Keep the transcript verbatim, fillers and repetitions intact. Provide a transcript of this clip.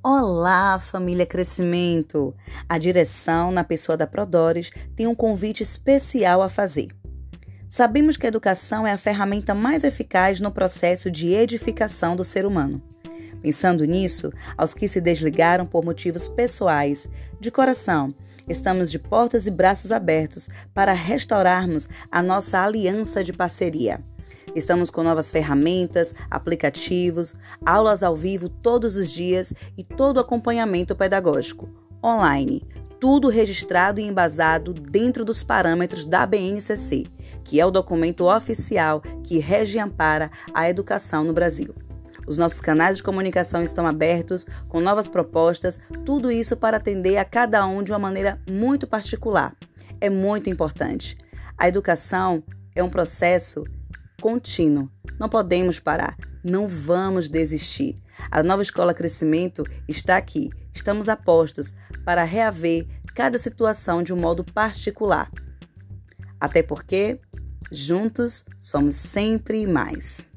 Olá, família Crescimento! A direção, na pessoa da Prodores, tem um convite especial a fazer. Sabemos que a educação é a ferramenta mais eficaz no processo de edificação do ser humano. Pensando nisso, aos que se desligaram por motivos pessoais, de coração, estamos de portas e braços abertos para restaurarmos a nossa aliança de parceria. Estamos com novas ferramentas, aplicativos, aulas ao vivo todos os dias e todo o acompanhamento pedagógico, online, tudo registrado e embasado dentro dos parâmetros da B N C C, que é o documento oficial que rege e ampara a educação no Brasil. Os nossos canais de comunicação estão abertos, com novas propostas, tudo isso para atender a cada um de uma maneira muito particular. É muito importante. A educação é um processo contínuo. Não podemos parar, não vamos desistir. A nova Escola Crescimento está aqui. Estamos a postos para reaver cada situação de um modo particular. Até porque, juntos, somos sempre mais.